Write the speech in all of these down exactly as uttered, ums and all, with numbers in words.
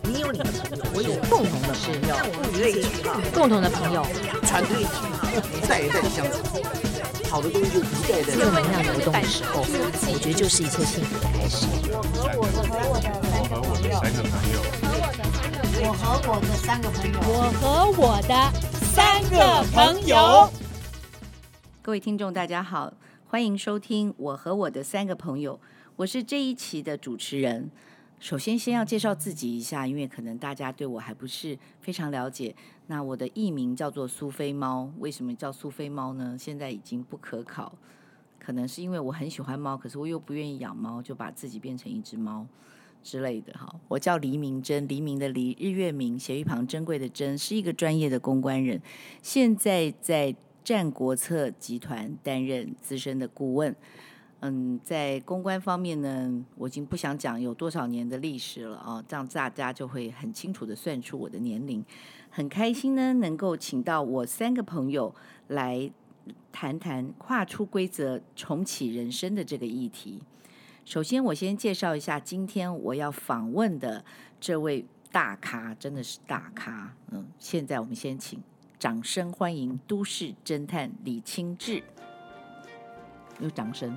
你有你的朋友，我有共同的朋友，物以类聚哈， 共同的朋友， 团队聚哈，一代一代的相处，好的东西就一代一代正能量流动的时候，我觉得就是一切幸福的开始。 我和我的三个朋友， 我和我的三个朋友。 各位听众大家好，欢迎收听我和我的三个朋友，我是这一期的主持人。首先先要介绍自己一下，因为可能大家对我还不是非常了解。那我的艺名叫做苏菲猫，为什么叫苏菲猫呢？现在已经不可考，可能是因为我很喜欢猫，可是我又不愿意养猫，就把自己变成一只猫之类的。哈，我叫黎明珍，黎明的黎，日月明，斜一旁珍贵的珍，是一个专业的公关人，现在在战国策集团担任资深的顾问。嗯，在公关方面呢，我已经不想讲有多少年的历史了啊，这样大家就会很清楚的算出我的年龄。很开心呢，能够请到我三个朋友来谈谈跨出规则、重启人生的这个议题。首先，我先介绍一下今天我要访问的这位大咖，真的是大咖。嗯，现在我们先请掌声欢迎都市侦探李清志。有掌声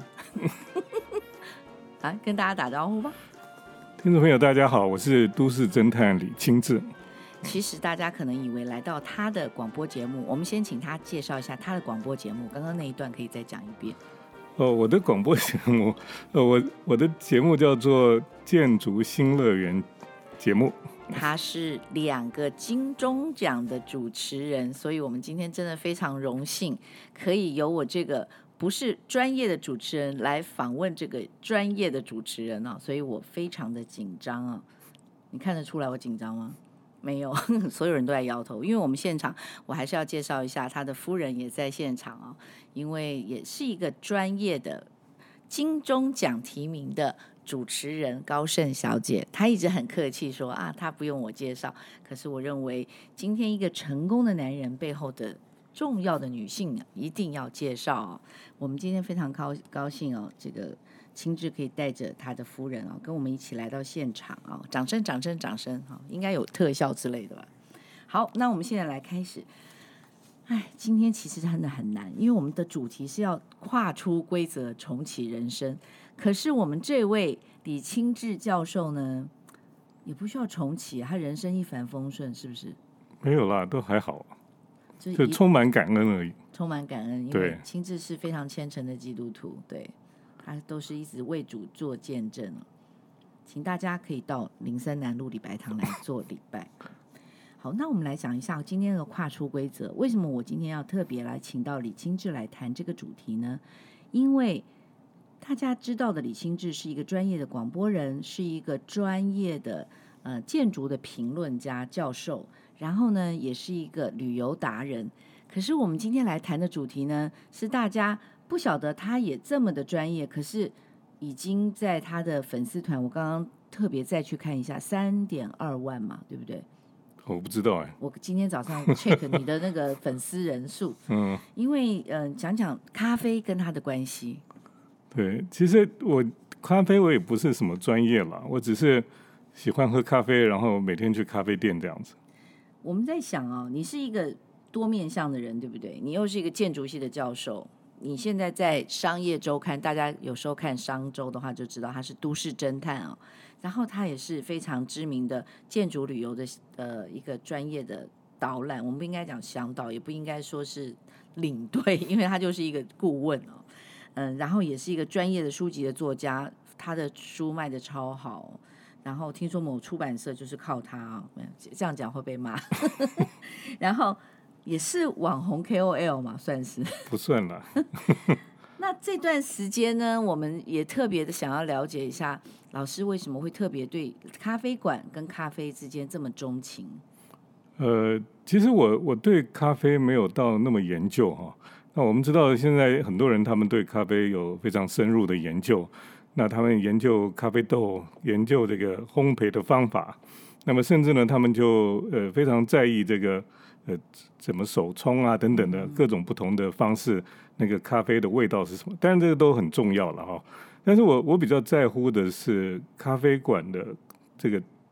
啊，跟大家打招呼吧。 听众朋友大家好，我是都市侦探李清志。 其实大家可能以为来到他的广播节目，我们先请他介绍一下他的广播节目，刚刚那一段可以再讲一遍。 哦，我的广播节目，呃，我我的节目叫做建筑新乐园节目。 他是两个金钟奖的主持人，所以我们今天真的非常荣幸，可以由我这个不是专业的主持人来访问这个专业的主持人、哦、所以我非常的紧张啊！你看得出来我紧张吗？没有，所有人都在摇头，因为我们现场，我还是要介绍一下他的夫人也在现场啊、哦，因为也是一个专业的金钟奖提名的主持人高盛小姐，她一直很客气说啊，她不用我介绍，可是我认为今天一个成功的男人背后的重要的女性一定要介绍、哦、我们今天非常 高, 高兴哦，这个清志可以带着他的夫人、哦、跟我们一起来到现场、哦、掌声掌声掌声、哦、应该有特效之类的吧。好，那我们现在来开始。哎，今天其实真的很难，因为我们的主题是要跨出规则重启人生，可是我们这位李清志教授呢也不需要重启，他人生一帆风顺，是不是？ 没有啦，都还好， 就, 就充满感恩而已。 充满感恩，因为清志是非常虔诚的基督徒，对，他都是一直为主做见证。请大家可以到林森南路礼拜堂来做礼拜。好，那我们来讲一下今天的跨出规则。为什么我今天要特别来请到李清志来谈这个主题呢？因为大家知道的李清志是一个专业的广播人，是一个专业的呃建筑的评论家、教授，然后呢也是一个旅游达人。可是我们今天来谈的主题呢，是大家不晓得他也这么的专业，可是已经在他的粉丝团，我刚刚特别再去看一下，三点二万嘛，对不对？ 我不知道哎、欸， 我今天早上 check 你的那个粉丝人数，嗯，因为嗯、呃，讲讲咖啡跟他的关系。 对，其实我咖啡我也不是什么专业啦，我只是喜欢喝咖啡，然后每天去咖啡店这样子。 我们在想哦，你是一个多面向的人，对不对？你又是一个建筑系的教授，你现在在商业周刊，大家有时候看商周的话就知道他是都市侦探哦。然后他也是非常知名的建筑旅游的呃一个专业的导览，我们不应该讲向导，也不应该说是领队，因为他就是一个顾问哦。嗯，然后也是一个专业的书籍的作家，他的书卖的超好。然后听说某出版社就是靠他啊、哦，这样讲会被骂。然后也是网红 K O L 嘛，算是不算啦。 那这段时间呢，我们也特别的想要了解一下，老师为什么会特别对咖啡馆跟咖啡之间这么钟情？ 呃，其实我我对咖啡没有到那么研究哈。那我们知道现在很多人他们对咖啡有非常深入的研究，那他们研究咖啡豆，研究这个烘焙的方法，那么甚至呢，他们就呃非常在意这个呃怎么手冲啊等等的各种不同的方式。那个咖啡的味道是什么？当然这个都很重要了哈。但是我我比较在乎的是咖啡馆的这个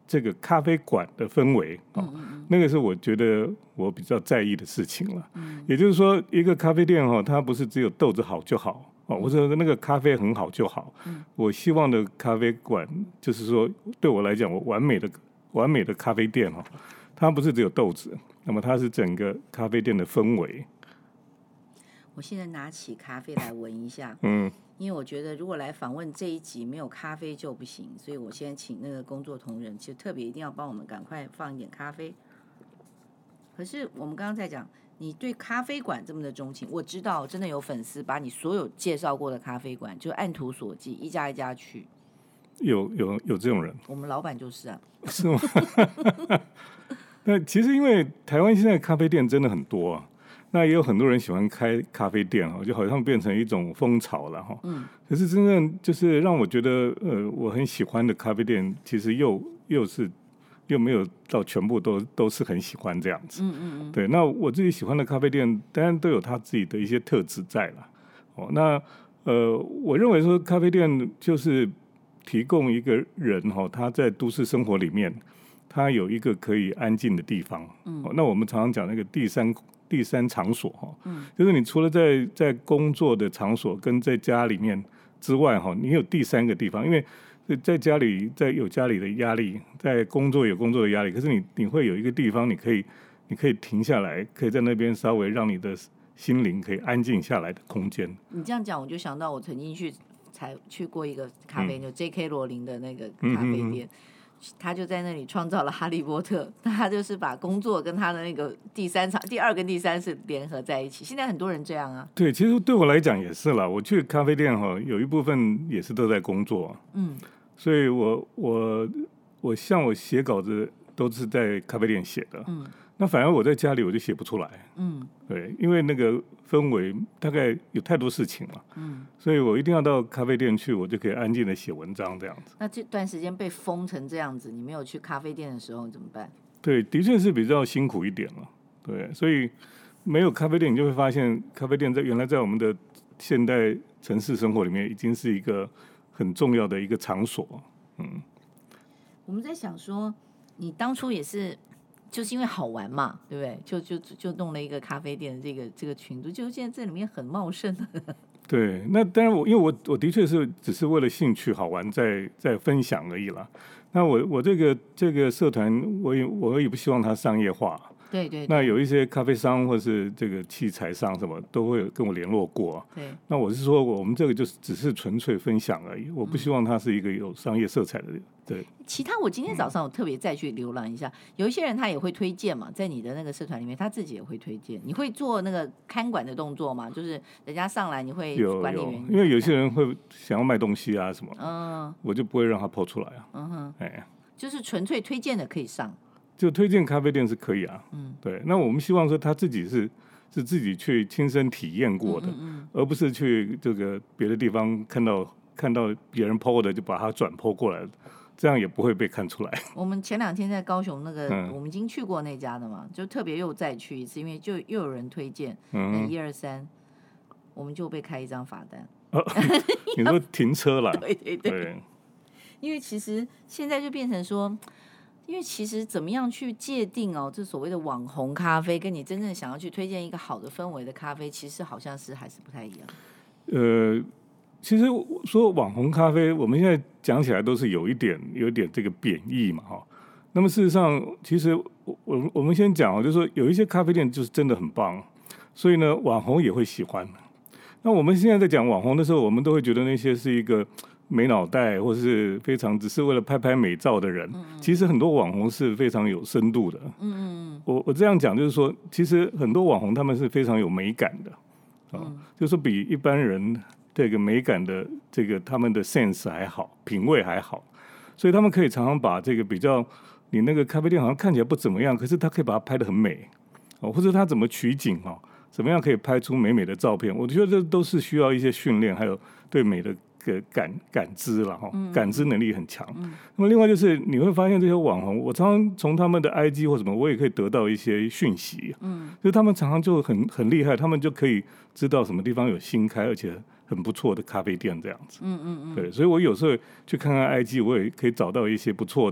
这个咖啡馆的氛围，哦嗯嗯那个是我觉得我比较在意的事情了。 嗯也就是说，一个咖啡店哈，它不是只有豆子好就好哦，或者那个咖啡很好就好。 嗯我希望的咖啡馆就是说，对我来讲，我完美的完美的咖啡店哈，它不是只有豆子，那么它是整个咖啡店的氛围。 我现在拿起咖啡来闻一下， 嗯， 因为我觉得如果来访问这一集没有咖啡就不行，所以我现在请那个工作同仁，其实特别一定要帮我们赶快放一点咖啡。可是我们刚刚在讲，你对咖啡馆这么的钟情，我知道真的有粉丝把你所有介绍过的咖啡馆就按图索骥，一家一家去。 有有有这种人， 我们老板就是啊， 是吗？那其实因为台湾现在咖啡店真的很多啊。那也有很多人喜欢开咖啡店哦，就好像变成一种风潮了哈。 嗯。 可是真正就是让我觉得，呃，我很喜欢的咖啡店，其实又又是又没有到全部都都是很喜欢这样子。 嗯嗯嗯。 对，那我自己喜欢的咖啡店，当然都有它自己的一些特质在了。哦，那呃，我认为说咖啡店就是提供一个人哈、哦，他在都市生活里面，他有一个可以安静的地方。嗯。哦，那我们常常讲那个第三。第三场所哈，嗯，就是你除了在在工作的场所跟在家里面之外哈，你有第三个地方，因为在家里在有家里的压力，在工作有工作的压力，可是你你会有一个地方，你可以你可以停下来，可以在那边稍微让你的心灵可以安静下来的空间。 你这样讲，我就想到我曾经去才去过一个咖啡， 嗯、 就 J K 罗琳的那个咖啡店。嗯嗯嗯他就在那里创造了哈利波特，他就是把工作跟他的那个第三场、第二跟第三是联合在一起。现在很多人这样啊。 对，其实对我来讲也是啦。我去咖啡店哈，有一部分也是都在工作。嗯，所以我我我像我写稿子都是在咖啡店写的。嗯，那反而我在家里我就写不出来。嗯，对，因为那个氛围大概有太多事情了。嗯，所以我一定要到咖啡店去，我就可以安静的写文章这样子。 那这段时间被封成这样子，你没有去咖啡店的时候怎么办？ 对，的确是比较辛苦一点了。对，所以没有咖啡店，你就会发现咖啡店在原来在我们的现代城市生活里面，已经是一个很重要的一个场所。嗯， 我们在想说，你当初也是。就是因为好玩嘛，对不对？就就就弄了一个咖啡店的这个这个群组，就现在这里面很茂盛的。 对，那当然我因为我我的确是只是为了兴趣好玩在在分享而已啦。那我我这个这个社团，我也我也不希望它商业化。 对 对, 对。 那有一些咖啡商或是这个器材商什么都会跟我联络过。 对。 那我是说，我们这个就是只是纯粹分享而已，我不希望它是一个有商业色彩的。对。 其他我今天早上我特别再去浏览一下、嗯，有一些人他也会推荐嘛，在你的那个社团里面，他自己也会推荐。你会做那个看管的动作吗？就是人家上来你会管理员有有， 因为有些人会想要卖东西啊什么， 嗯， 我就不会让他抛出来啊。 嗯哼， 哎， 就是纯粹推荐的可以上。 就推荐咖啡店是可以啊，嗯，对。那我们希望说他自己是是自己去亲身体验过的，嗯嗯嗯，而不是去这个别的地方看到看到别人 po 的就把它转 po 过来，这样也不会被看出来。 我们前两天在高雄那个，嗯、我们已经去过那家的嘛，就特别又再去一次，因为就又有人推荐，嗯，一二三，我们就被开一张罚单。 哦、你说停车了？ 对对对。 对， 因为其实现在就变成说。因为其实怎么样去界定哦，这所谓的网红咖啡，跟你真正想要去推荐一个好的氛围的咖啡，其实好像是还是不太一样。呃， 其实说网红咖啡，我们现在讲起来都是有一点有一点这个贬义嘛，哈。那么事实上，其实我我们先讲哦，就是说有一些咖啡店就是真的很棒，所以呢，网红也会喜欢。那我们现在在讲网红的时候，我们都会觉得那些是一个。没脑袋，或是非常只是为了拍拍美照的人，嗯嗯，其实很多网红是非常有深度的。嗯嗯，我我这样讲就是说，其实很多网红他们是非常有美感的，啊、嗯，就是说比一般人这个美感的这个他们的 sense 还好，品味还好，所以他们可以常常把这个比较你那个咖啡店好像看起来不怎么样，可是他可以把它拍得很美，哦，或者他怎么取景哦，怎么样可以拍出美美的照片？我觉得这都是需要一些训练，还有对美的。个感感知了哈，感知能力很强、嗯。那么另外就是你会发现这些网红，我常常从他们的 I G 或什么，我也可以得到一些讯息。嗯，就是他们常常就很很厉害，他们就可以知道什么地方有新开而且很不错的咖啡店这样子。嗯嗯嗯。对，所以我有时候去看看 I G， 我也可以找到一些不错的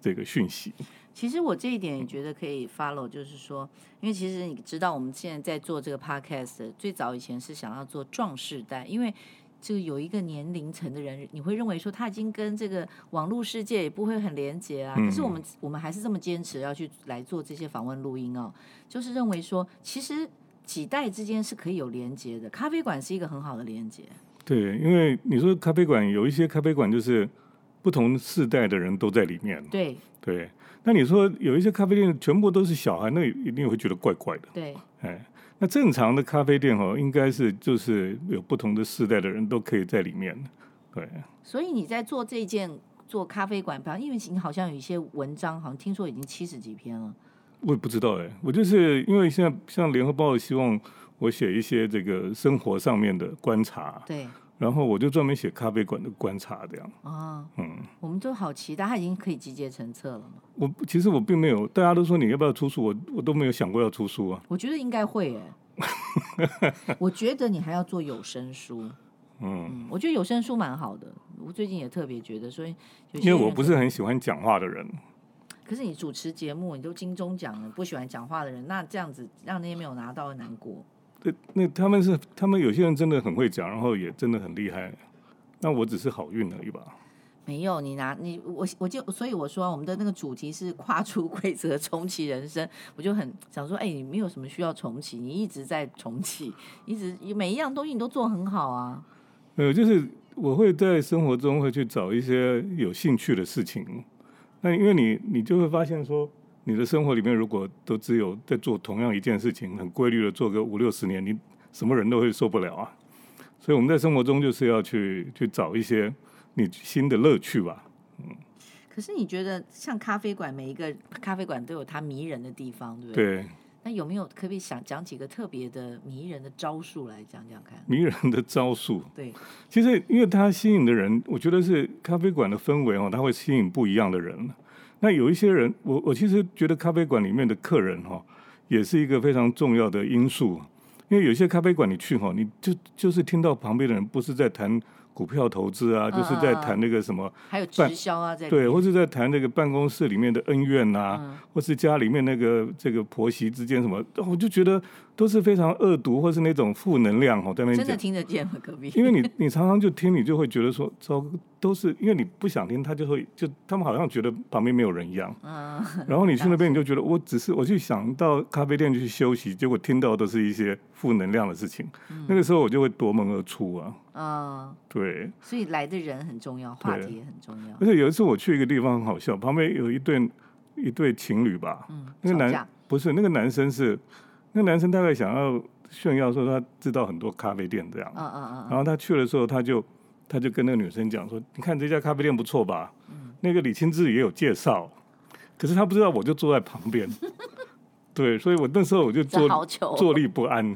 这个讯息。 其实我这一点也觉得可以 follow， 就是说，因为其实你知道我们现在在做这个 podcast， 最早以前是想要做壮世代，因为这个有一个年龄层的人，你会认为说他已经跟这个网络世界也不会很连结啊。 嗯、 可是我们我们还是这么坚持要去来做这些访问录音哦，就是认为说，其实几代之间是可以有连结的。咖啡馆是一个很好的连结。 对，因为你说咖啡馆有一些咖啡馆就是不同世代的人都在里面。 对对。那你说有一些咖啡店全部都是小孩，那一定会觉得怪怪的。 对， 哎，那正常的咖啡店哦，应该是就是有不同的世代的人都可以在里面。对， 所以你在做这件做咖啡馆，因为你好像有一些文章，好像听说已经七十几篇了。 我也不知道哎，我就是因为现在像联合报希望我写一些这个生活上面的观察。 对。 然后我就专门写咖啡馆的观察这样。 啊， 嗯， 我们都好期待，他已经可以集结成册了嘛。 我其实我并没有，大家都说你要不要出书，我我都没有想过要出书啊。 我觉得应该会哎，我觉得你还要做有声书。嗯, 嗯，我觉得有声书蛮好的。我最近也特别觉得，所以因为我不是很喜欢讲话的人。 可是你主持节目，你都金钟奖了，不喜欢讲话的人，那这样子让那些没有拿到的难过。 对，那他们是他们有些人真的很会讲，然后也真的很厉害。那我只是好运而已吧。 没有，你拿你我我就所以我说我们的那个主题是跨出规则重启人生，我就很想说，哎、欸，你没有什么需要重启，你一直在重启，一直每一样东西你都做很好啊。 呃，就是我会在生活中会去找一些有兴趣的事情，那因为你你就会发现说。你的生活里面如果都只有在做同样一件事情，很规律的做个五六十年，你什么人都会受不了啊。所以我们在生活中就是要去去找一些你新的乐趣吧。嗯。 可是你觉得像咖啡馆，每一个咖啡馆都有它迷人的地方，对不对？ 对。 那有没有可不可以想讲几个特别的迷人的招数来讲讲看？ 迷人的招数。 对。 其实因为它吸引的人，我觉得是咖啡馆的氛围哦，它会吸引不一样的人。那有一些人，我我其实觉得咖啡馆里面的客人哈，也是一个非常重要的因素。因为有些咖啡馆你去哈，你就就是听到旁边的人不是在谈股票投资啊，就是在谈那个什么， 还有直销啊，在对，或是在谈那个办公室里面的恩怨啊，嗯、或是家里面那个这个婆媳之间什么，我就觉得都是非常恶毒，或是那种负能量哦，在那边讲真的听得见吗？隔壁， 因为你你常常就听，你就会觉得说，糟，都是因为你不想听，他就会就他们好像觉得旁边没有人一样，嗯，然后你去那边你就觉得我只是我去想到咖啡店去休息，结果听到都是一些负能量的事情，嗯、那个时候我就会夺门而出啊。 嗯， 对， 所以来的人很重要，话题也很重要。 而且有一次我去一个地方很好笑，旁边有一对一对情侣吧， 嗯， 那个男不是那个男生是那个男生大概想要炫耀说他知道很多咖啡店这样， 嗯嗯嗯， 然后他去的时候他就他就跟那个女生讲说，你看这家咖啡店不错吧，嗯，那个李清志也有介绍，可是他不知道我就坐在旁边。对，所以我那时候我就坐坐立不安。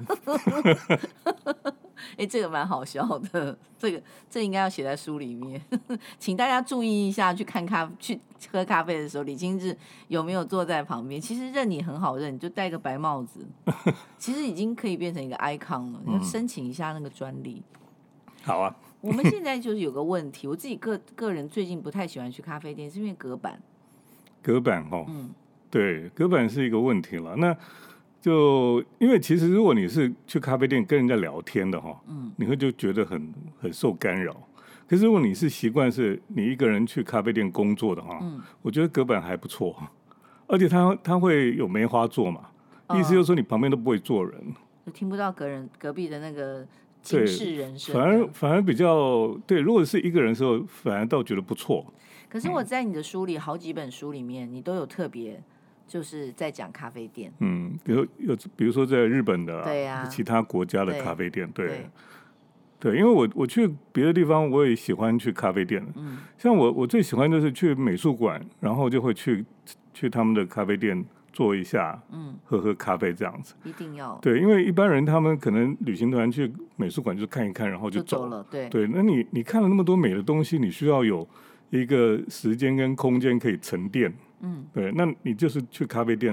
哎、欸，这个蛮好笑的，这个这应该要写在书里面，请大家注意一下，去看咖去喝咖啡的时候，李清志有没有坐在旁边？其实认你很好认，你就戴个白帽子，其实已经可以变成一个 icon 了。你要申请一下那个专利。 好啊。 我们现在就是有个问题，我自己个个人最近不太喜欢去咖啡店，是因为隔板。 隔板哦， 嗯。 对，隔板是一个问题了。那就因为其实如果你是去咖啡店跟人家聊天的哈，嗯，你会就觉得很很受干扰。可是如果你是习惯是你一个人去咖啡店工作的哈，嗯，我觉得隔板还不错，而且他他会有梅花座嘛，哦、意思就是说你旁边都不会坐人， 就听不到隔人隔壁的那个惊世人声， 反而反而比较对。如果是一个人的时候，反而倒觉得不错。 可是我在你的书里，嗯、好几本书里面，你都有特别。就是在讲咖啡店， 嗯，比如有，比如说在日本的、啊， 对啊， 其他国家的咖啡店，对， 对， 对，因为我我去别的地方，我也喜欢去咖啡店，嗯，像我我最喜欢就是去美术馆，然后就会去去他们的咖啡店坐一下，嗯，喝喝咖啡这样子， 一定要， 对，因为一般人他们可能旅行团去美术馆就看一看，然后就走了, 就走了，对， 对，那你你看了那么多美的东西，你需要有一个时间跟空间可以沉淀。嗯，对，那你就是去咖啡店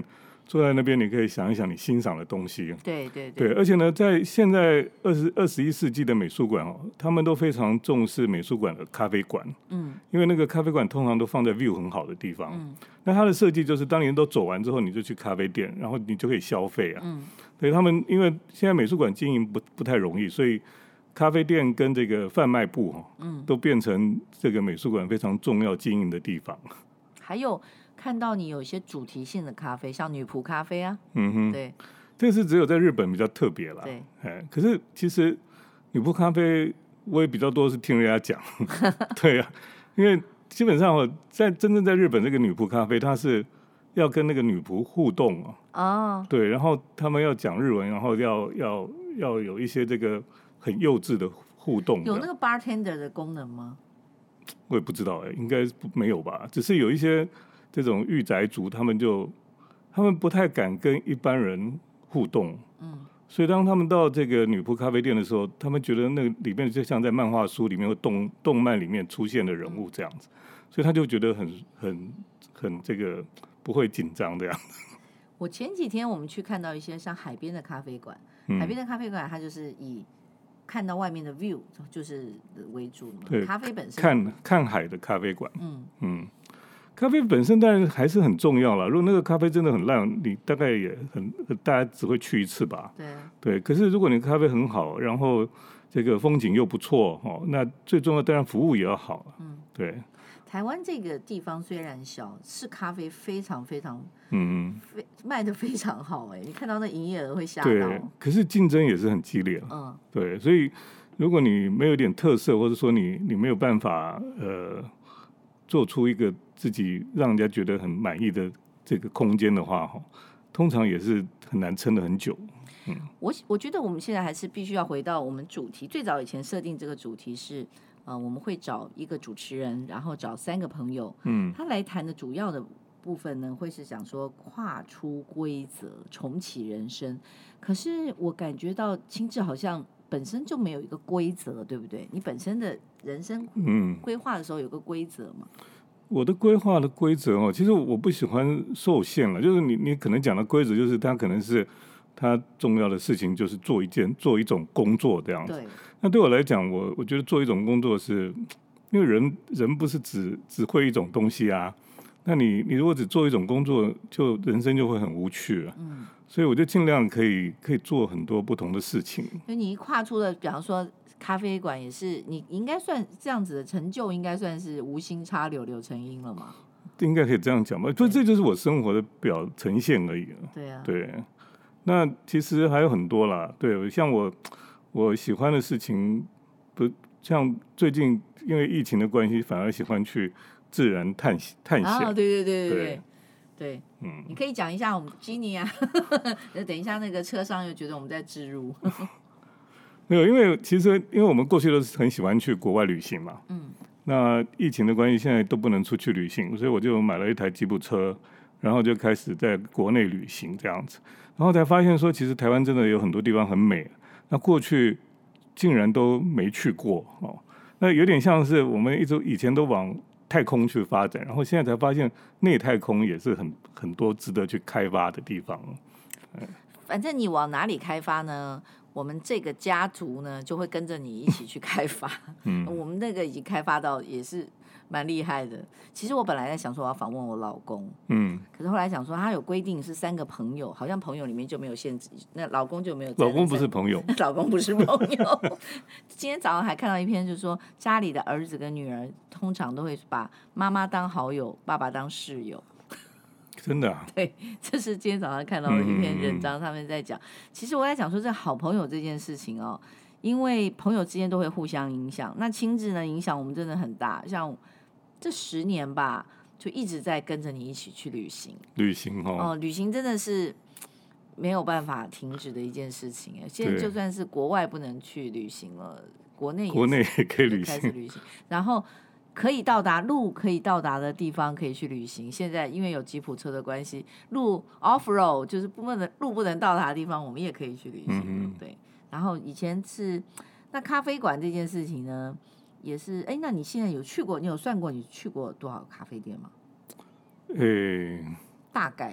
坐在那边你可以想一想你欣赏的东西。 对对对， 对，而且呢，在现在二十二十一世纪的美术馆哦，他们都非常重视美术馆的咖啡馆。嗯，因为那个咖啡馆通常都放在 view 很好的地方。嗯，那它的设计就是，当你都走完之后，你就去咖啡店，然后你就可以消费啊。嗯，对他们，因为现在美术馆经营不不太容易，所以咖啡店跟这个贩卖部哈，嗯，都变成这个美术馆非常重要经营的地方。 还有看到你有一些主题性的咖啡，像女仆咖啡啊， 嗯哼， 对， 这是只有在日本比较特别啦。 对， 哎，可是其实女仆咖啡我也比较多是听人家讲，对啊，因为基本上在真正在日本这个女仆咖啡，它是要跟那个女仆互动啊，哦，对，然后他们要讲日文，然后要要要有一些这个很幼稚的互动， 有那个 bartender 的功能吗？ 我也不知道哎、欸，应该没有吧，只是有一些这种御宅族，他们就他们不太敢跟一般人互动，嗯，所以当他们到这个女仆咖啡店的时候，他们觉得那个里面就像在漫画书里面或动动漫里面出现的人物这样子，所以他就觉得很很很这个不会紧张这样。 我前几天我们去看到一些像海边的咖啡馆，嗯、海边的咖啡馆它就是以看到外面的 view 就是为主嘛，对，咖啡本身看看海的咖啡馆，嗯嗯，咖啡本身当然还是很重要了。如果那个咖啡真的很烂，你大概也很大家只会去一次吧， 对对。可是如果你咖啡很好，然后这个风景又不错哦，那最重要当然服务也要好，嗯，对。 台湾这个地方虽然小，是咖啡非常非常， 嗯， 卖的非常好哎、欸，你看到那营业额会吓到。 对，可是竞争也是很激烈，嗯，对，所以如果你没有点特色，或者说你你没有办法呃做出一个自己让人家觉得很满意的这个空间的话，通常也是很难撑得很久。嗯， 我我觉得我们现在还是必须要回到我们主题，最早以前设定这个主题是。呃，我们会找一个主持人，然后找三个朋友，嗯，他来谈的主要的部分呢，会是讲说跨出规则，重启人生。可是我感觉到清志好像本身就没有一个规则，对不对？你本身的人生嗯规划的时候有个规则吗？ 我的规划的规则哦，其实我不喜欢受限了，就是你你可能讲的规则，就是它可能是它重要的事情，就是做一件做一种工作这样子。 对。 那对我来讲，我我觉得做一种工作是，因为人人不是只只会一种东西啊。那你你如果只做一种工作，就人生就会很无趣啊。嗯。所以我就尽量可以可以做很多不同的事情。 所以你一跨出了，比方说咖啡馆，也是你应该算这样子的成就，应该算是无心插柳柳成荫了嘛？ 应该可以这样讲吧？不，这就是我生活的表呈现而已。 对啊。 对。那其实还有很多啦。对，像我。我喜欢的事情，不像最近因为疫情的关系，反而喜欢去自然探探险。 啊，对对对对对对，嗯，你可以讲一下我们基尼啊，等一下那个车上又觉得我们在置入。 没有，因为其实因为我们过去都是很喜欢去国外旅行嘛，嗯，那疫情的关系，现在都不能出去旅行，所以我就买了一台吉普车，然后就开始在国内旅行这样子，然后才发现说，其实台湾真的有很多地方很美。那过去竟然都没去过哦，那有点像是我们一直以前都往太空去发展，然后现在才发现内太空也是很很多值得去开发的地方。 反正你往哪里开发呢？我们这个家族呢就会跟着你一起去开发。嗯，我们那个已经开发到也是蛮厉害的。其实我本来在想说我要访问我老公，嗯，可是后来想说他有规定是三个朋友，好像朋友里面就没有限制，那老公就没有。 老公不是朋友， 老公不是朋友。今天早上还看到一篇，就是说家里的儿子跟女儿通常都会把妈妈当好友，爸爸当室友。 真的啊？ 对，这是今天早上看到的一篇文章，他们在讲。其实我在讲说，这好朋友这件事情哦，因为朋友之间都会互相影响。那亲子呢，影响我们真的很大。像这十年吧，就一直在跟着你一起去旅行。 旅行哦， 哦，旅行真的是没有办法停止的一件事情。现在就算是国外不能去旅行了，国内国内也可以旅行， 开始旅行，然后。可以到达路可以到达的地方可以去旅行。现在因为有吉普车的关系，路 off road 就是不能路不能到达的地方，我们也可以去旅行。嗯、对。然后以前是那咖啡馆这件事情呢，也是哎，那你现在有去过？你有算过你去过多少咖啡店吗？ 诶， 大概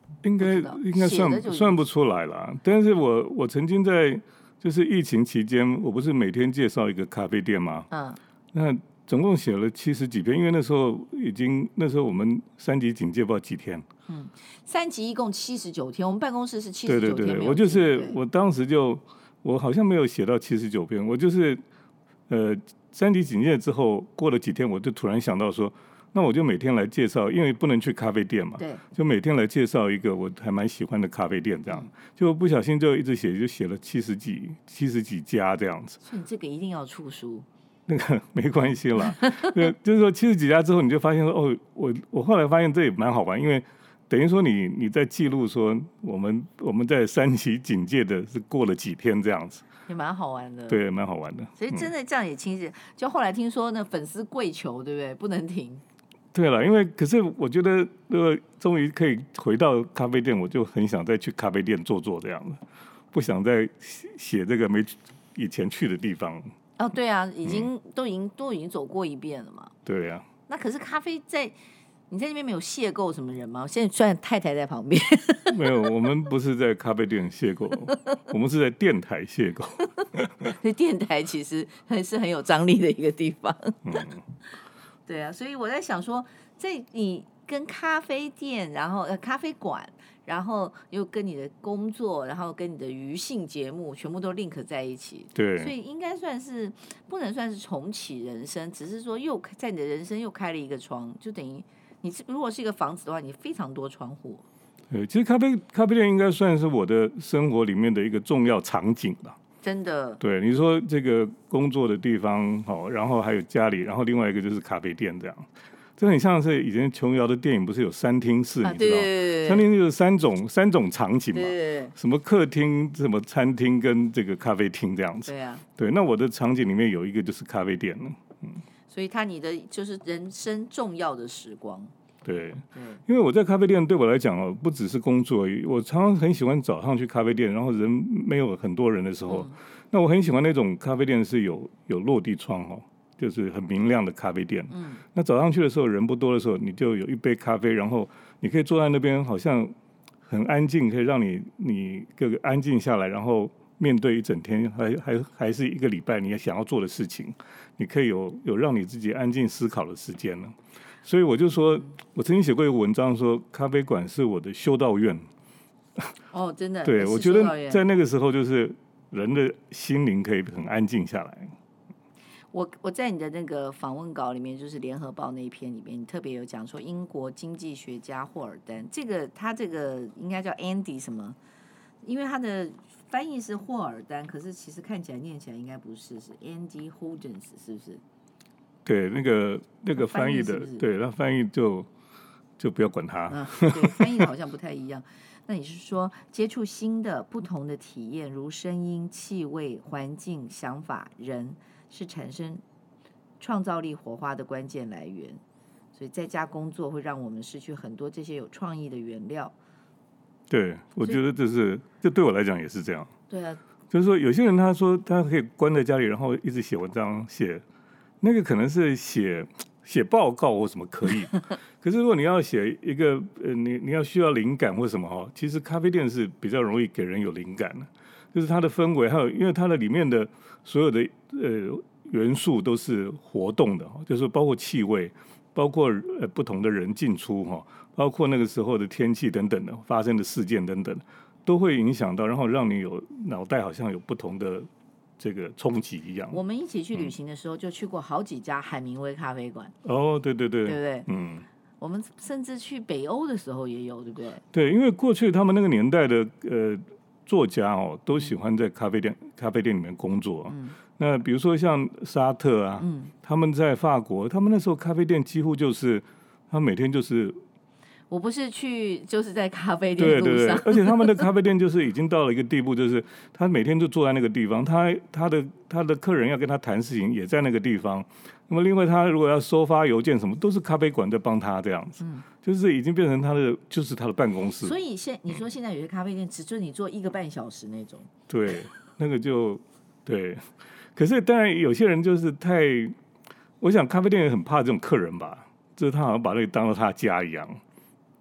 应该应该算算不出来啦。但是我我曾经在就是疫情期间，我不是每天介绍一个咖啡店吗？嗯，那总共写了七十几篇，因为那时候已经那时候我们三级警戒不知道几天。 嗯，三级一共七十九天，我们办公室是七十九天。 对对对，我就是我当时就我好像没有写到七十九篇，我就是呃三级警戒之后过了几天，我就突然想到说。那我就每天来介绍，因为不能去咖啡店嘛， 对， 就每天来介绍一个我还蛮喜欢的咖啡店，这样，就不小心就一直写，就写了七十几、七十几家这样子。 所以你这个一定要出书。 那个没关系啦，就就是说七十几家之后，你就发现说，哦，我我后来发现这也蛮好玩，因为等于说你你在记录说我们我们在三级警戒的是过了几天这样子。 也蛮好玩的， 对，蛮好玩的。 所以真的这样也清晰。嗯、就后来听说那粉丝跪求，对不对？不能停。 对了，因为可是我觉得，如果终于可以回到咖啡店，我就很想再去咖啡店坐坐这样的，不想再写这个没以前去的地方。 哦，对啊，已经、嗯、都已经都已经走过一遍了嘛。 对啊。 那可是咖啡在你在那边没有邂逅什么人吗？现在虽然太太在旁边。 没有，我们不是在咖啡店邂逅，我们是在电台邂逅。 所以电台其实还是很有张力的一个地方。嗯。对啊，所以我在想说，在你跟咖啡店，然后呃咖啡馆，然后又跟你的工作，然后跟你的娱性节目，全部都 link 在一起。 对， 所以应该算是不能算是重启人生，只是说又在你的人生又开了一个窗，就等于你如果是一个房子的话，你非常多窗户。 对，其实咖啡咖啡店应该算是我的生活里面的一个重要场景吧。 真的， 对你说这个工作的地方，好，然后还有家里，然后另外一个就是咖啡店这样，这很像是以前琼瑶的电影，不是有三厅式，啊、你知道吗？三厅就是三种三种场景嘛，什么客厅、什么餐厅跟这个咖啡厅这样子。 对啊， 对，那我的场景里面有一个就是咖啡店了，嗯， 所以它你的就是人生重要的时光。 对，因为我在咖啡店对我来讲哦，不只是工作而已。我常常很喜欢早上去咖啡店，然后人没有很多人的时候，嗯、那我很喜欢那种咖啡店是有有落地窗哦，就是很明亮的咖啡店。嗯，那早上去的时候人不多的时候，你就有一杯咖啡，然后你可以坐在那边，好像很安静，可以让你你各个安静下来，然后面对一整天，还还还是一个礼拜你想要做的事情，你可以有有让你自己安静思考的时间了。所以我就说，我曾经写过一个文章说，咖啡馆是我的修道院。 哦，真的。 对，我觉得在那个时候，就是人的心灵可以很安静下来。 我我在你的那个访问稿里面，就是《联合报》那一篇里面，你特别有讲说，英国经济学家霍尔丹，这个他这个应该叫 Andy 什么？因为他的翻译是霍尔丹，可是其实看起来念起来应该不是，是 Andy Hodgens， 是不是？ 对，那个那个翻译的，是是对，那翻译就就不要管它。 嗯，对，翻译的好像不太一样。那你是说接触新的、不同的体验，如声音、气味、环境、想法、人，是产生创造力火花的关键来源。所以在家工作会让我们失去很多这些有创意的原料。 对，我觉得这是，这对我来讲也是这样。 对啊， 就是说有些人他说他可以关在家里，然后一直写文章写。那个可能是写写报告或什么可以，可是如果你要写一个呃，你你要需要灵感或什么哈，其实咖啡店是比较容易给人有灵感的，就是它的氛围，还有因为它的里面的所有的呃元素都是活动的，就是包括气味，包括呃不同的人进出哈，包括那个时候的天气等等的发生的事件等等，都会影响到，然后让你有脑袋好像有不同的。这个冲击一样。 我们一起去旅行的时候，就去过好几家海明威咖啡馆。 哦，对对对， 对不对？ 嗯， 我们甚至去北欧的时候也有，对不对？ 对，因为过去他们那个年代的呃作家哦，都喜欢在咖啡店、嗯、咖啡店里面工作。嗯，那比如说像沙特啊，嗯，他们在法国，他们那时候咖啡店几乎就是他每天就是。 我不是去，就是在咖啡店路上。 对对对，而且他们的咖啡店就是已经到了一个地步，就是他每天就坐在那个地方，他他的他的客人要跟他谈事情，也在那个地方。那么另外，他如果要收发邮件什么，都是咖啡馆在帮他这样子，嗯、就是已经变成他的就是他的办公室。 所以现你说现在有些咖啡店只准你做一个半小时那种。 对，那个就对。可是当然有些人就是太，我想咖啡店也很怕这种客人吧，就是他好像把那个当做他家一样。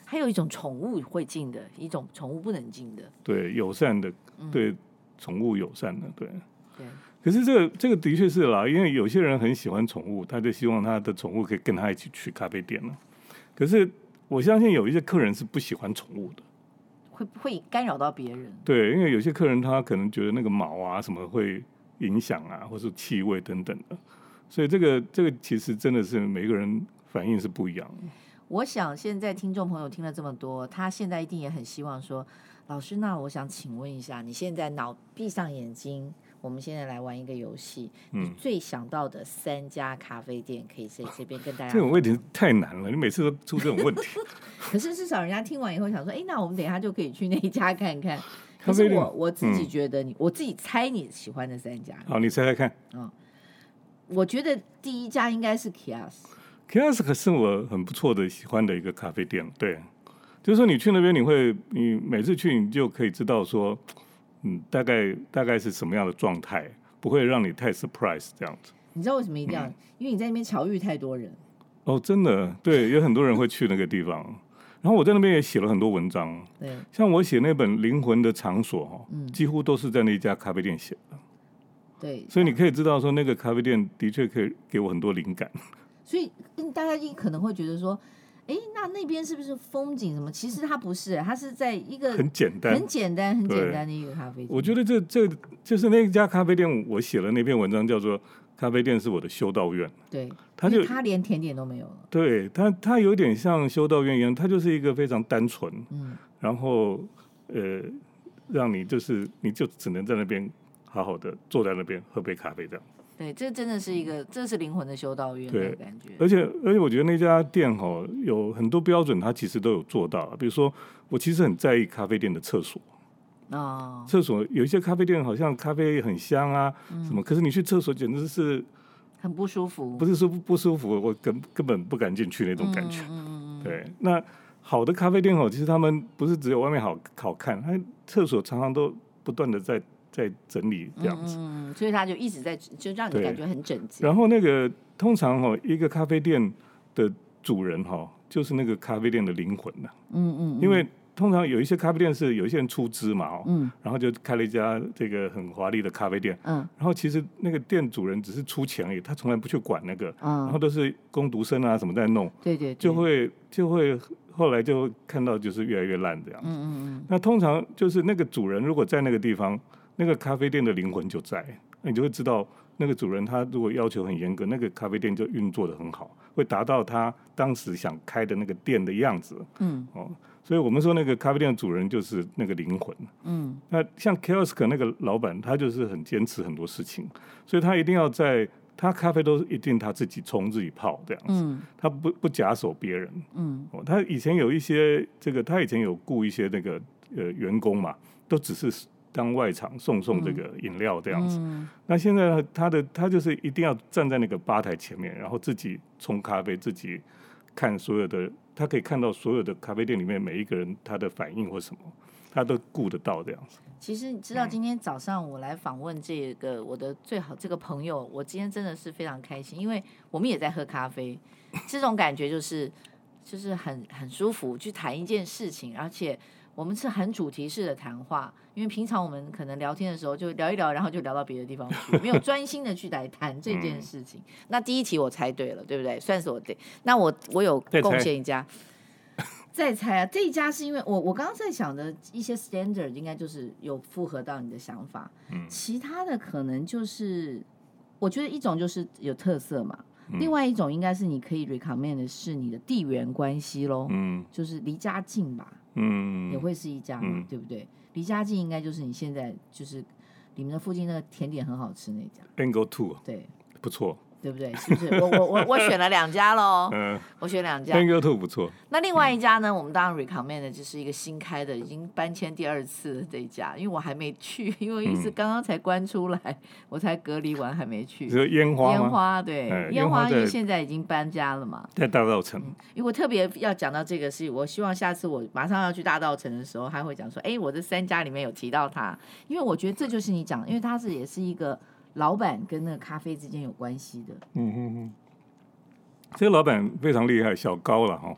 还有一种宠物会进的，一种宠物不能进的。 对，友善的，对宠物友善的，对。 对。 可是这个这个的确是啦，因为有些人很喜欢宠物，他就希望他的宠物可以跟他一起去咖啡店了。可是我相信有一些客人是不喜欢宠物的， 会会干扰到别人。 对，因为有些客人他可能觉得那个毛啊什么会影响啊，或是气味等等的，所以这个这个其实真的是每个人反应是不一样的。 我想现在听众朋友听了这么多，他现在一定也很希望说，老师，那我想请问一下，你现在脑闭上眼睛，我们现在来玩一个游戏，嗯、你最想到的三家咖啡店，可以在这边跟大家。 这种问题太难了，你每次都出这种问题。 可是至少人家听完以后想说，哎，那我们等一下就可以去那一家看看。可是我我自己觉得你，嗯、我自己猜你喜欢的三家。 好，你猜猜看。 嗯，我觉得第一家应该是 Kiosk。Kiosk 是我很不错的喜欢的一个咖啡店，对，就是说你去那边，你会你每次去你就可以知道说，嗯，大概大概是什么样的状态，不会让你太 surprise 这样子。 你知道为什么一定要？嗯、因为你在那边巧遇太多人。 哦，真的，对，有很多人会去那个地方。然后我在那边也写了很多文章， 对， 像我写那本《灵魂的场所》嗯，几乎都是在那一家咖啡店写的。 对， 所以你可以知道说，那个咖啡店的确可以给我很多灵感。 所以大家可能会觉得说，哎，那那边是不是风景什么？其实它不是，它是在一个很简单、 很简单、很简单的一个咖啡店。 我觉得这这就是那家咖啡店，我写了那篇文章叫做《咖啡店是我的修道院》。 对， 它就它连甜点都没有了。 对，它它有点像修道院一样，它就是一个非常单纯，嗯，然后呃，让你就是你就只能在那边好好的坐在那边喝杯咖啡这样。 对，这真的是一个，这是灵魂的修道院的感觉。 而且而且我觉得那家店哈有很多标准，它其实都有做到。比如说，我其实很在意咖啡店的厕所。 哦， 厕所有一些咖啡店好像咖啡很香啊，嗯、什么，可是你去厕所简直是很不舒服。 不是说不舒服，我根根本不敢进去那种感觉。嗯嗯嗯对，那好的咖啡店哦，其实他们不是只有外面好好看，它厕所常常都不断的在。在整理这样子， 嗯，所以他就一直在，就让你感觉很整洁。 然后那个通常哈、哦，一个咖啡店的主人哈、哦，就是那个咖啡店的灵魂呐、啊。嗯嗯。因为通常有一些咖啡店是有一些人出资嘛，哦，嗯，然后就开了一家这个很华丽的咖啡店，嗯，然后其实那个店主人只是出钱而已，他从来不去管那个，嗯，然后都是工读生啊什么在弄， 对 对, 对， 就会就会后来就看到就是越来越烂这样子。嗯嗯嗯。那通常就是那个主人如果在那个地方。那个咖啡店的灵魂就在，你就会知道那个主人他如果要求很严格，那个咖啡店就运作得很好，会达到他当时想开的那个店的样子。嗯，哦，所以我们说那个咖啡店的主人就是那个灵魂。嗯，那像 Kiosk 那个老板，他就是很坚持很多事情，所以他一定要在他咖啡都是一定他自己冲自己泡这样子，嗯、他不不假手别人。嗯，哦，他以前有一些这个，他以前有雇一些那个呃员工嘛，都只是。当外场送送这个饮料这样子，嗯、那现在他的他就是一定要站在那个吧台前面，然后自己冲咖啡，自己看所有的，他可以看到所有的咖啡店里面每一个人他的反应或什么，他都顾得到这样子。 其实你知道，今天早上我来访问这个我的最好这个朋友，我今天真的是非常开心，因为我们也在喝咖啡，这种感觉就是就是很很舒服，去谈一件事情，而且。我们是很主题式的谈话，因为平常我们可能聊天的时候就聊一聊，然后就聊到别的地方去，没有专心的去来谈这件事情。嗯、那第一题我猜对了，对不对？算是我对。那我我有贡献一家，再猜啊！这一家是因为我我刚刚在想的一些 standard 应该就是有符合到你的想法，嗯、其他的可能就是我觉得一种就是有特色嘛。嗯、另外一种应该是你可以 recommend 的是你的地缘关系咯，嗯，就是离家近吧，嗯，也会是一家嘛，嗯、对不对？离家近应该就是你现在就是你们的附近那个甜点很好吃那家 Angle Two， 对， 不错， 对不对？是不是？我我我我选了两家喽，嗯，我选两家 Angle Two 不错。 那另外一家呢？嗯、我们当然 recommend 的就是一个新开的，已经搬迁第二次的这一家，因为我还没去，因为一直刚刚才关出来，嗯、我才隔离完还没去。 是烟花吗？ 烟花对，哎、烟花因为现在已经搬家了嘛， 在大稻埕。 嗯、因为我特别要讲到这个是，我希望下次我马上要去大稻埕的时候，他会讲说，哎，我这三家里面有提到他，因为我觉得这就是你讲的，因为他是也是一个。老板跟那个咖啡之间有关系的， 嗯嗯嗯，这个老板非常厉害，小高了哈。 对，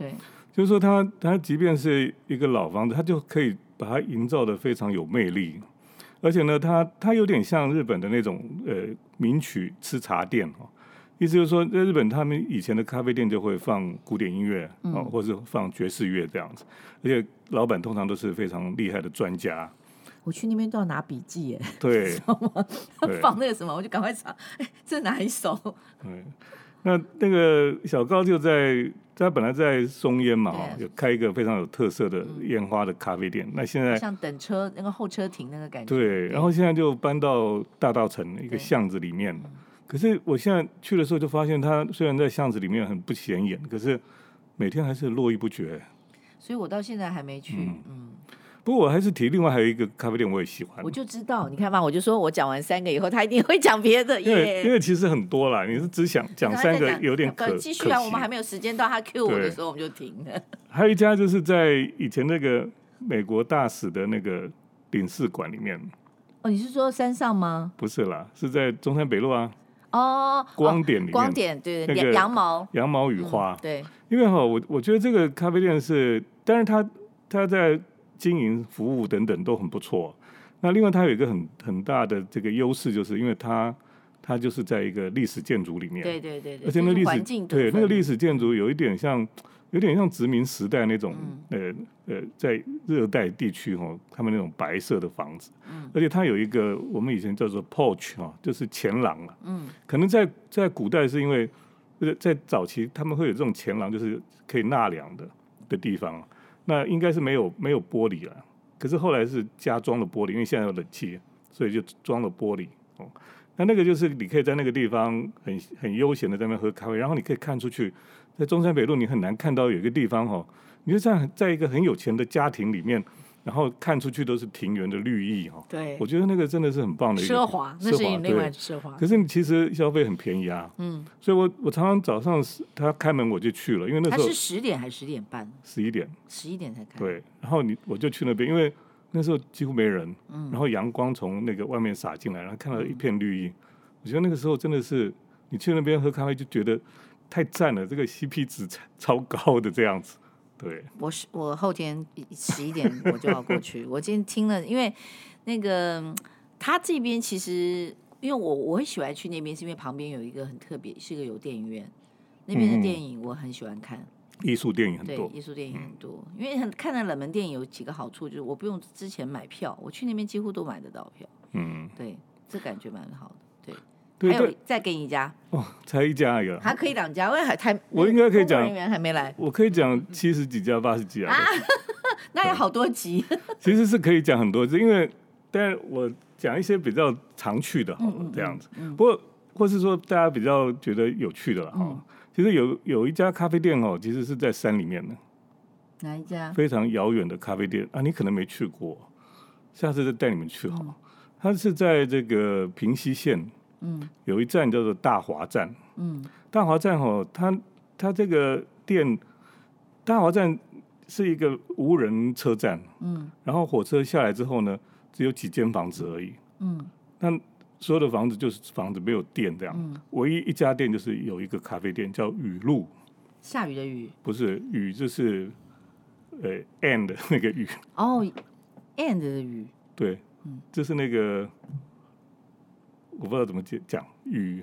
就是说它它即便是一个老房子，它就可以把它营造得非常有魅力，而且呢，它它有点像日本的那种呃名曲吃茶店哦。意思就是说，在日本他们以前的咖啡店就会放古典音乐、嗯哦、或是放爵士乐这样子，而且老板通常都是非常厉害的专家。 我去那边都要拿笔记耶， 对， 知道吗？放那个什么，我就赶快查，哎，这哪一首？ 对，那那个小高就在他本来在松烟嘛，有开一个非常有特色的烟花的咖啡店。嗯、那现在像等车那个候车亭那个感觉。 对，然后现在就搬到大稻埕一个巷子里面。可是我现在去的时候就发现，它虽然在巷子里面很不显眼，可是每天还是络绎不绝。 所以我到现在还没去。嗯。嗯不过我还是提另外还有一个咖啡店我也喜欢， 我就知道，你看吧，我就说我讲完三个以后，他一定会讲别的， 因为因为其实很多啦，你是只想讲三个有点可继续啊，我们还没有时间到他 cue 我的时候我们就停了。 还有一家就是在以前那个美国大使的那个领事馆里面。 哦，你是说山上吗？ 不是啦，是在中山北路啊。 哦， 光点里面， 光点对对， 那个羊毛羊毛与花、 嗯，对， 因为哈，我我觉得这个咖啡店是，当然它它在经营服务等等都很不错。那另外它有一个很很大的这个优势，就是因为它它就是在一个历史建筑里面， 对对对对， 而且那历史对那个历史建筑有一点像有点像殖民时代那种、嗯、呃呃在热带地区哈，他们那种白色的房子，嗯、而且它有一个我们以前叫做 porch 哈，就是前廊了，嗯，可能在在古代是因为在早期他们会有这种前廊，就是可以纳凉的的地方。那应该是没有没有玻璃了，可是后来是加装了玻璃，因为现在有冷气，所以就装了玻璃。哦，那那个就是你可以在那个地方很很悠闲的在那边喝咖啡，然后你可以看出去，在中山北路你很难看到有一个地方哈、哦，你就这样在一个很有钱的家庭里面，然后看出去都是庭园的绿意哈、哦。 对， 我觉得那个真的是很棒的一个奢华，那是另外奢华。 可是你其实消费很便宜啊，嗯，所以我我常常早上他开门我就去了，因为那时候他是十点还是十点半？ 十一点， 十一点才开。 对，然后你我就去那边，因为那时候几乎没人，嗯，然后阳光从那个外面洒进来，然后看到一片绿意，嗯、我觉得那个时候真的是你去那边喝咖啡就觉得太赞了，这个 C P 值超高的这样子。对， 我是我后天十一点我就要过去。我今天听了，因为那个他这边其实，因为我我很喜欢去那边，是因为旁边有一个很特别，是个有电影院，那边的电影我很喜欢看， 艺术电影很多， 对，艺术电影很多。嗯、因为很看的冷门电影有几个好处，就是我不用之前买票，我去那边几乎都买得到票。嗯，对，这感觉蛮好的。对。 对， 还有再给你一家哦，才一家一个， 还可以两家，我还还我应该可以讲， 人员还没来， 我可以讲七十几家、八十几家，啊、 那有好多集。 其实是可以讲很多，因为但我讲一些比较常去的，好了、嗯、这样子。嗯、不过或是说大家比较觉得有趣的了哈、嗯，其实有有一家咖啡店哦，其实是在山里面的。 哪一家？ 非常遥远的咖啡店啊，你可能没去过，下次再带你们去好了。嗯、它是在这个平溪线。嗯，有一站叫做大华站。嗯，大华站哦，它它这个店，大华站是一个无人车站。嗯，然后火车下来之后呢，只有几间房子而已。嗯，那所有的房子就是房子，没有店这样。嗯，唯一一家店就是有一个咖啡店叫雨露。 下雨的雨？不是雨，就是呃 and 那个雨。 哦 ，and 的雨。 对，嗯，就是那个。我不知道怎么讲，雨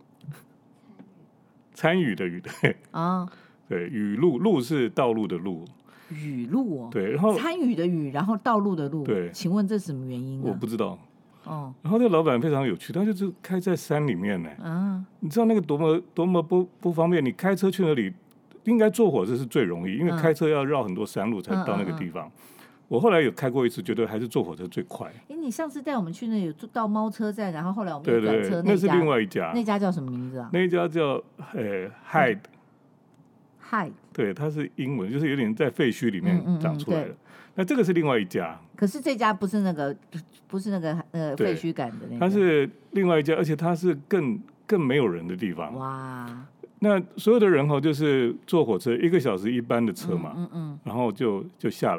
参与的雨，对啊，对，雨路路是道路的路， 雨路哦， 对，然后参与的雨，然后道路的路， 对， 请问这是什么原因啊？ 我不知道哦。然后这个老板非常有趣，他就是开在山里面呢，啊，你知道那个多么多么不不方便？你开车去那里，应该坐火车是最容易，因为开车要绕很多山路才到那个地方。嗯嗯嗯我后来有开过一次，觉得还是坐火车最快。 哎，你上次带我们去那有到猫车站，然后后来我们有转车， 对对对，那是另外一家。 那家叫什么名字啊？ 那一家叫呃 Hyde。 Hyde。 对，它是英文，就是有点在废墟里面长出来的。嗯嗯嗯那这个是另外一家。 可是这家不是那个，不是那个呃废墟感的那个。 它是另外一家，而且它是更更没有人的地方。哇。那所有的人哈，就是坐火车一个小时一班的车嘛，嗯嗯嗯然后就就下来。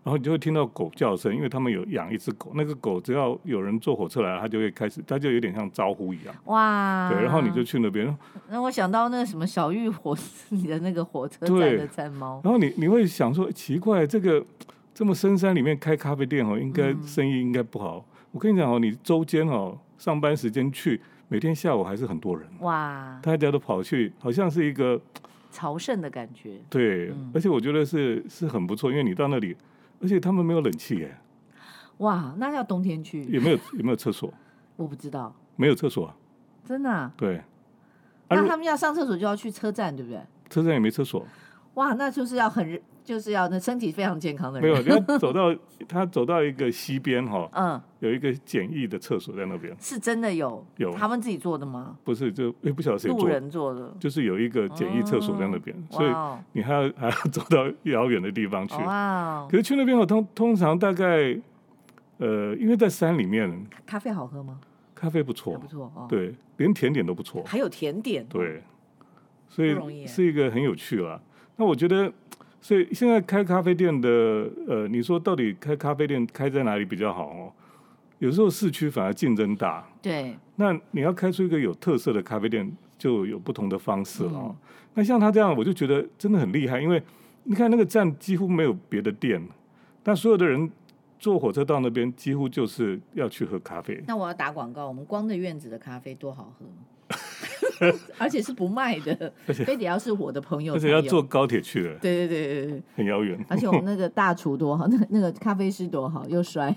然后你就会听到狗叫声，因为他们有养一只狗，那个狗只要有人坐火车来，它就会开始，它就有点像招呼一样。 哇！ 对，然后你就去那边。 那我想到那个什么小玉火你的那个火车站的站猫。 然后你你会想说，奇怪，这个这么深山里面开咖啡店哦，应该生意应该不好。嗯、我跟你讲哦，你周间哦上班时间去，每天下午还是很多人。 哇！ 大家都跑去，好像是一个朝圣的感觉。 对，嗯、而且我觉得是是很不错，因为你到那里。而且他们没有冷气耶！ 哇，那要冬天去。 有没有有没有厕所？ 我不知道。 没有厕所啊？ 真的、啊？ 对。 那他们要上厕所就要去车站，对不对？ 车站也没厕所。 哇，那就是要很就是要那身体非常健康的人。 没有，他走到他走到一个溪边哈， 嗯， 有一个简易的厕所在那边。 是真的有？ 有。 他们自己做的吗？ 不是，就也不晓得谁做。 路人做的。 就是有一个简易厕所在那边， 哦、 所以你还要还要走到遥远的地方去。 哇！ 可是去那边我通通常大概呃，因为在山里面。 咖啡好喝吗？ 咖啡不错， 不错哦。 对，连甜点都不错。 还有甜点。 对。所以是一个很有趣啦。那我觉得，所以现在开咖啡店的，呃，你说到底开咖啡店开在哪里比较好哦？有时候市区反而竞争大。 对。 那你要开出一个有特色的咖啡店，就有不同的方式了哦。嗯、那像他这样，我就觉得真的很厉害，因为你看那个站几乎没有别的店，但所有的人坐火车到那边，几乎就是要去喝咖啡。 那我要打广告，我们光的院子的咖啡多好喝。而且是不卖的，非得要是我的朋友， 而且要坐高铁去的， 对对对对对， 很遥远。 而且我们那个大厨多好，那个那个咖啡师多好，又帅。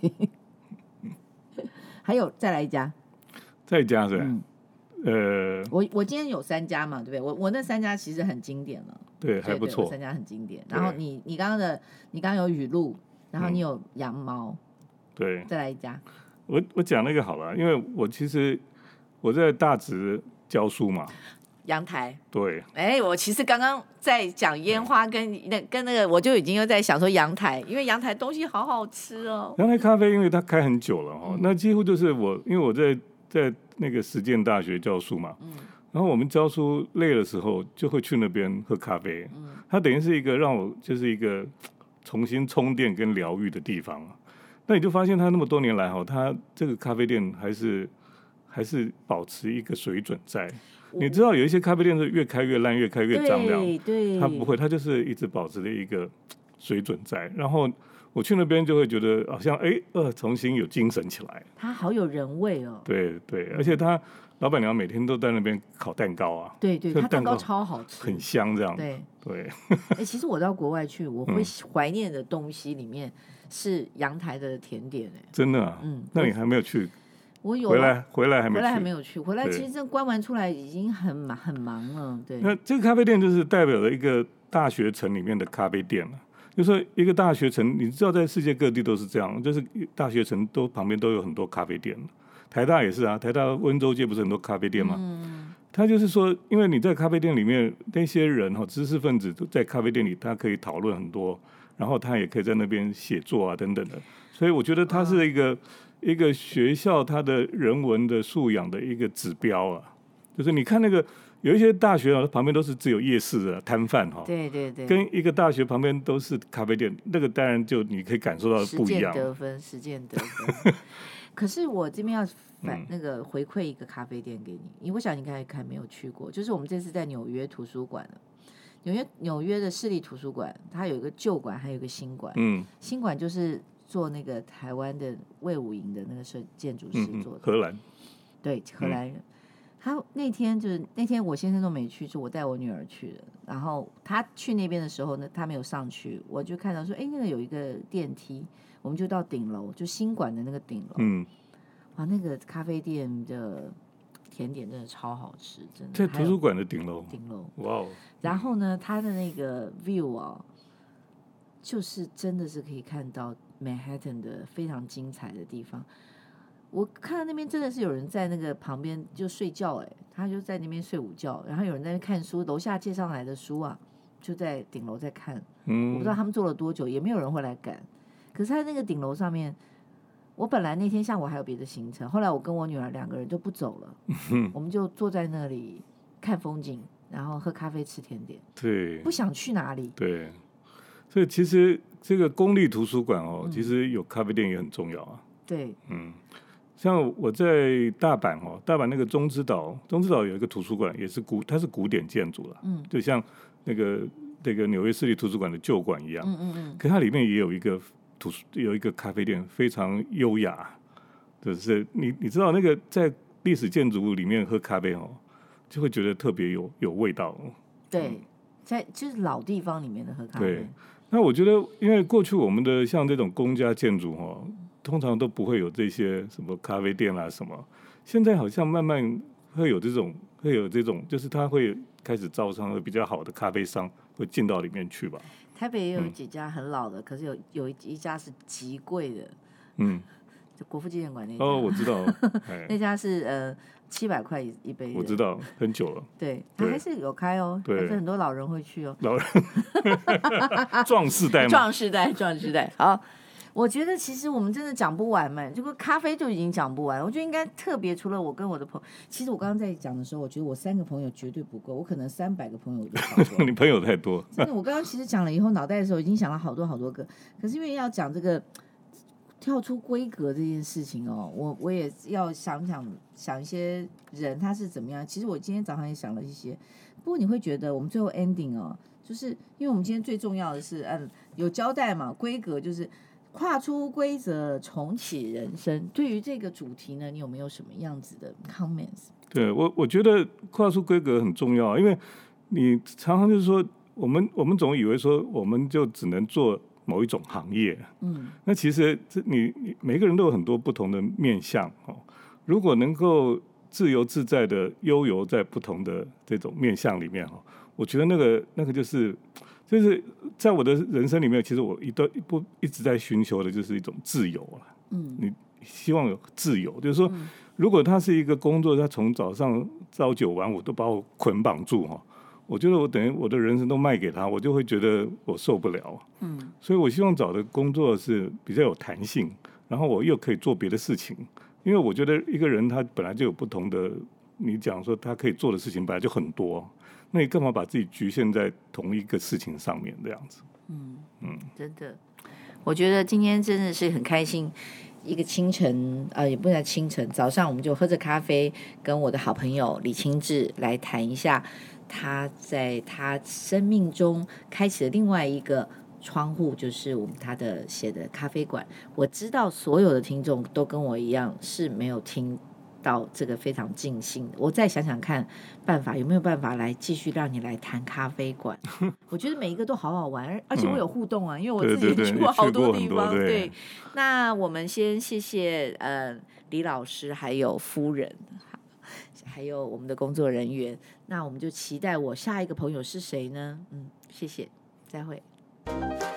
还有再来一家， 再一家是吧？嗯、呃， 我我今天有三家嘛，对不对？我我那三家其实很经典了， 对，还不错， 三家很经典。然后你你刚刚的，你刚刚有雨露，然后你有羊毛， 对， 再来一家。 我我讲那个好了，因为我其实我在大直教书嘛， 阳台。 对， 哎、欸，我其实刚刚在讲烟花跟那跟那个，我就已经又在想说阳台，因为阳台东西好好吃哦。 阳台咖啡，因为它开很久了哦，嗯、那几乎就是我，因为我在在那个实践大学教书嘛，嗯，然后我们教书累的时候，就会去那边喝咖啡，嗯，它等于是一个让我就是一个重新充电跟疗愈的地方。那你就发现它那么多年来哈，它这个咖啡店还是。还是保持一个水准在，你知道有一些咖啡店是越开越烂，越开越脏亮， 对， 它不会，它就是一直保持的一个水准在。然后我去那边就会觉得好像哎呃重新有精神起来， 它好有人味哦。 对对，而且他老板娘每天都在那边烤蛋糕啊， 对对，他蛋糕超好吃， 很香这样。 对对， 哎，其实我到国外去，我会怀念的东西里面是阳台的甜点哎， 真的啊，嗯，那你还没有去？ 我有回来，回来还没去， 回来还没有去。回来其实这关完出来已经很忙很忙了。对， 那这个咖啡店就是代表了一个大学城里面的咖啡店了。就是一个大学城，你知道在世界各地都是这样，就是大学城都旁边都有很多咖啡店。台大也是啊，台大温州街不是很多咖啡店吗？嗯，他就是说，因为你在咖啡店里面，那些人哈，知识分子都在咖啡店里，他可以讨论很多，然后他也可以在那边写作啊等等的。所以我觉得它是一个。嗯一个学校它的人文的素养的一个指标啊，就是你看那个有一些大学啊，旁边都是只有夜市的摊贩哈， 对对对， 跟一个大学旁边都是咖啡店，那个当然就你可以感受到不一样。 实践得分，实践得分。可是我这边要反那个回馈一个咖啡店给你，因为我想你应该还没有去过，就是我们这次在纽约图书馆纽约纽约的市立图书馆，它有一个旧馆，还有一个新馆。嗯，新馆就是做那个台湾的卫武营的那个设建筑师做的， 嗯、荷兰， 对，荷兰人。嗯、他那天就是那天我先生都没去，是我带我女儿去的。然后他去那边的时候呢，他没有上去，我就看到说，哎，那个有一个电梯，我们就到顶楼，就新馆的那个顶楼。嗯，哇，那个咖啡店的甜点真的超好吃，真的。 在图书馆的顶楼， 顶楼， 哇哦！ 然后呢，它的那个 view 啊，就是真的是可以看到 Manhattan 的非常精彩的地方。我看到那边真的是有人在那个旁边就睡觉，哎，他就在那边睡午觉，然后有人在那边看书，楼下借上来的书啊，就在顶楼在看。嗯，我不知道他们做了多久，也没有人会来赶。可是他那个顶楼上面，我本来那天下午还有别的行程，后来我跟我女儿两个人就不走了，嗯、我们就坐在那里看风景，然后喝咖啡吃甜点。 对， 不想去哪里。 对，所以其实这个公立图书馆哦，嗯、其实有咖啡店也很重要啊。 对， 嗯，像我在大阪哦，大阪那个中之岛，中之岛有一个图书馆，也是古，它是古典建筑了，嗯，就像那个那个纽约市立图书馆的旧馆一样，嗯嗯嗯，可它里面也有一个图书，有一个咖啡店，非常优雅，就是你你知道那个在历史建筑物里面喝咖啡哦，就会觉得特别有有味道。 对，嗯、在就是老地方里面的喝咖啡。 对，那我觉得，因为过去我们的像这种公家建筑哦，通常都不会有这些什么咖啡店啦什么，现在好像慢慢会有这种，会有这种，就是他会开始招商的比较好的咖啡商会进到里面去吧。 台北也有几家很老的，嗯、可是有有一家是极贵的， 嗯， 就国父纪念馆那家。 哦，我知道， 那家是呃七百块一杯的， 我知道，很久了。 对，它还是有开哦，还是很多老人会去哦。 老人，壮世代嘛， 壮世代，壮世代。好，我觉得其实我们真的讲不完嘛，这个咖啡就已经讲不完。我觉得应该特别，除了我跟我的朋友，其实我刚刚在讲的时候，我觉得我三个朋友绝对不够，我可能三百个朋友我就搞过。 你朋友太多。 真的，我刚刚其实讲了以后，脑袋的时候已经想了好多好多个，可是因为要讲这个跳出规格这件事情哦，我我也要想想想一些人他是怎么样。其实我今天早上也想了一些，不过你会觉得我们最后 ending 哦，就是因为我们今天最重要的是，嗯，有交代嘛，规格就是跨出规则重启人生。对于这个主题呢，你有没有什么样子的 comments？ 对我，我觉得跨出规格很重要，因为你常常就是说，我们我们总以为说，我们就只能做某一种行业，嗯，那其实你你每个人都有很多不同的面向哦。如果能够自由自在的悠游在不同的这种面向里面哦，我觉得那个那个就是就是在我的人生里面，其实我一都不一直在寻求的就是一种自由啊。嗯，你希望有自由，就是说，嗯、如果它是一个工作，它从早上朝九晚五都把我捆绑住哈。我觉得我等于我的人生都卖给他，我就会觉得我受不了。嗯，所以我希望找的工作是比较有弹性，然后我又可以做别的事情。因为我觉得一个人他本来就有不同的，你讲说他可以做的事情本来就很多，那你干嘛把自己局限在同一个事情上面这样子？嗯嗯，真的，我觉得今天真的是很开心。一个清晨，呃，也不是清晨，早上我们就喝着咖啡，跟我的好朋友李清志来谈一下。他在他生命中开启了另外一个窗户，就是我们他的写的咖啡馆。我知道所有的听众都跟我一样是没有听到这个非常尽兴的。我再想想看办法，有没有办法来继续让你来谈咖啡馆？我觉得每一个都好好玩，而且我有互动啊，嗯、因为我自己也去过好多地方。 对, 对, 对, 对，那我们先谢谢呃李老师还有夫人。还有我们的工作人员，那我们就期待我下一个朋友是谁呢？嗯，谢谢，再会。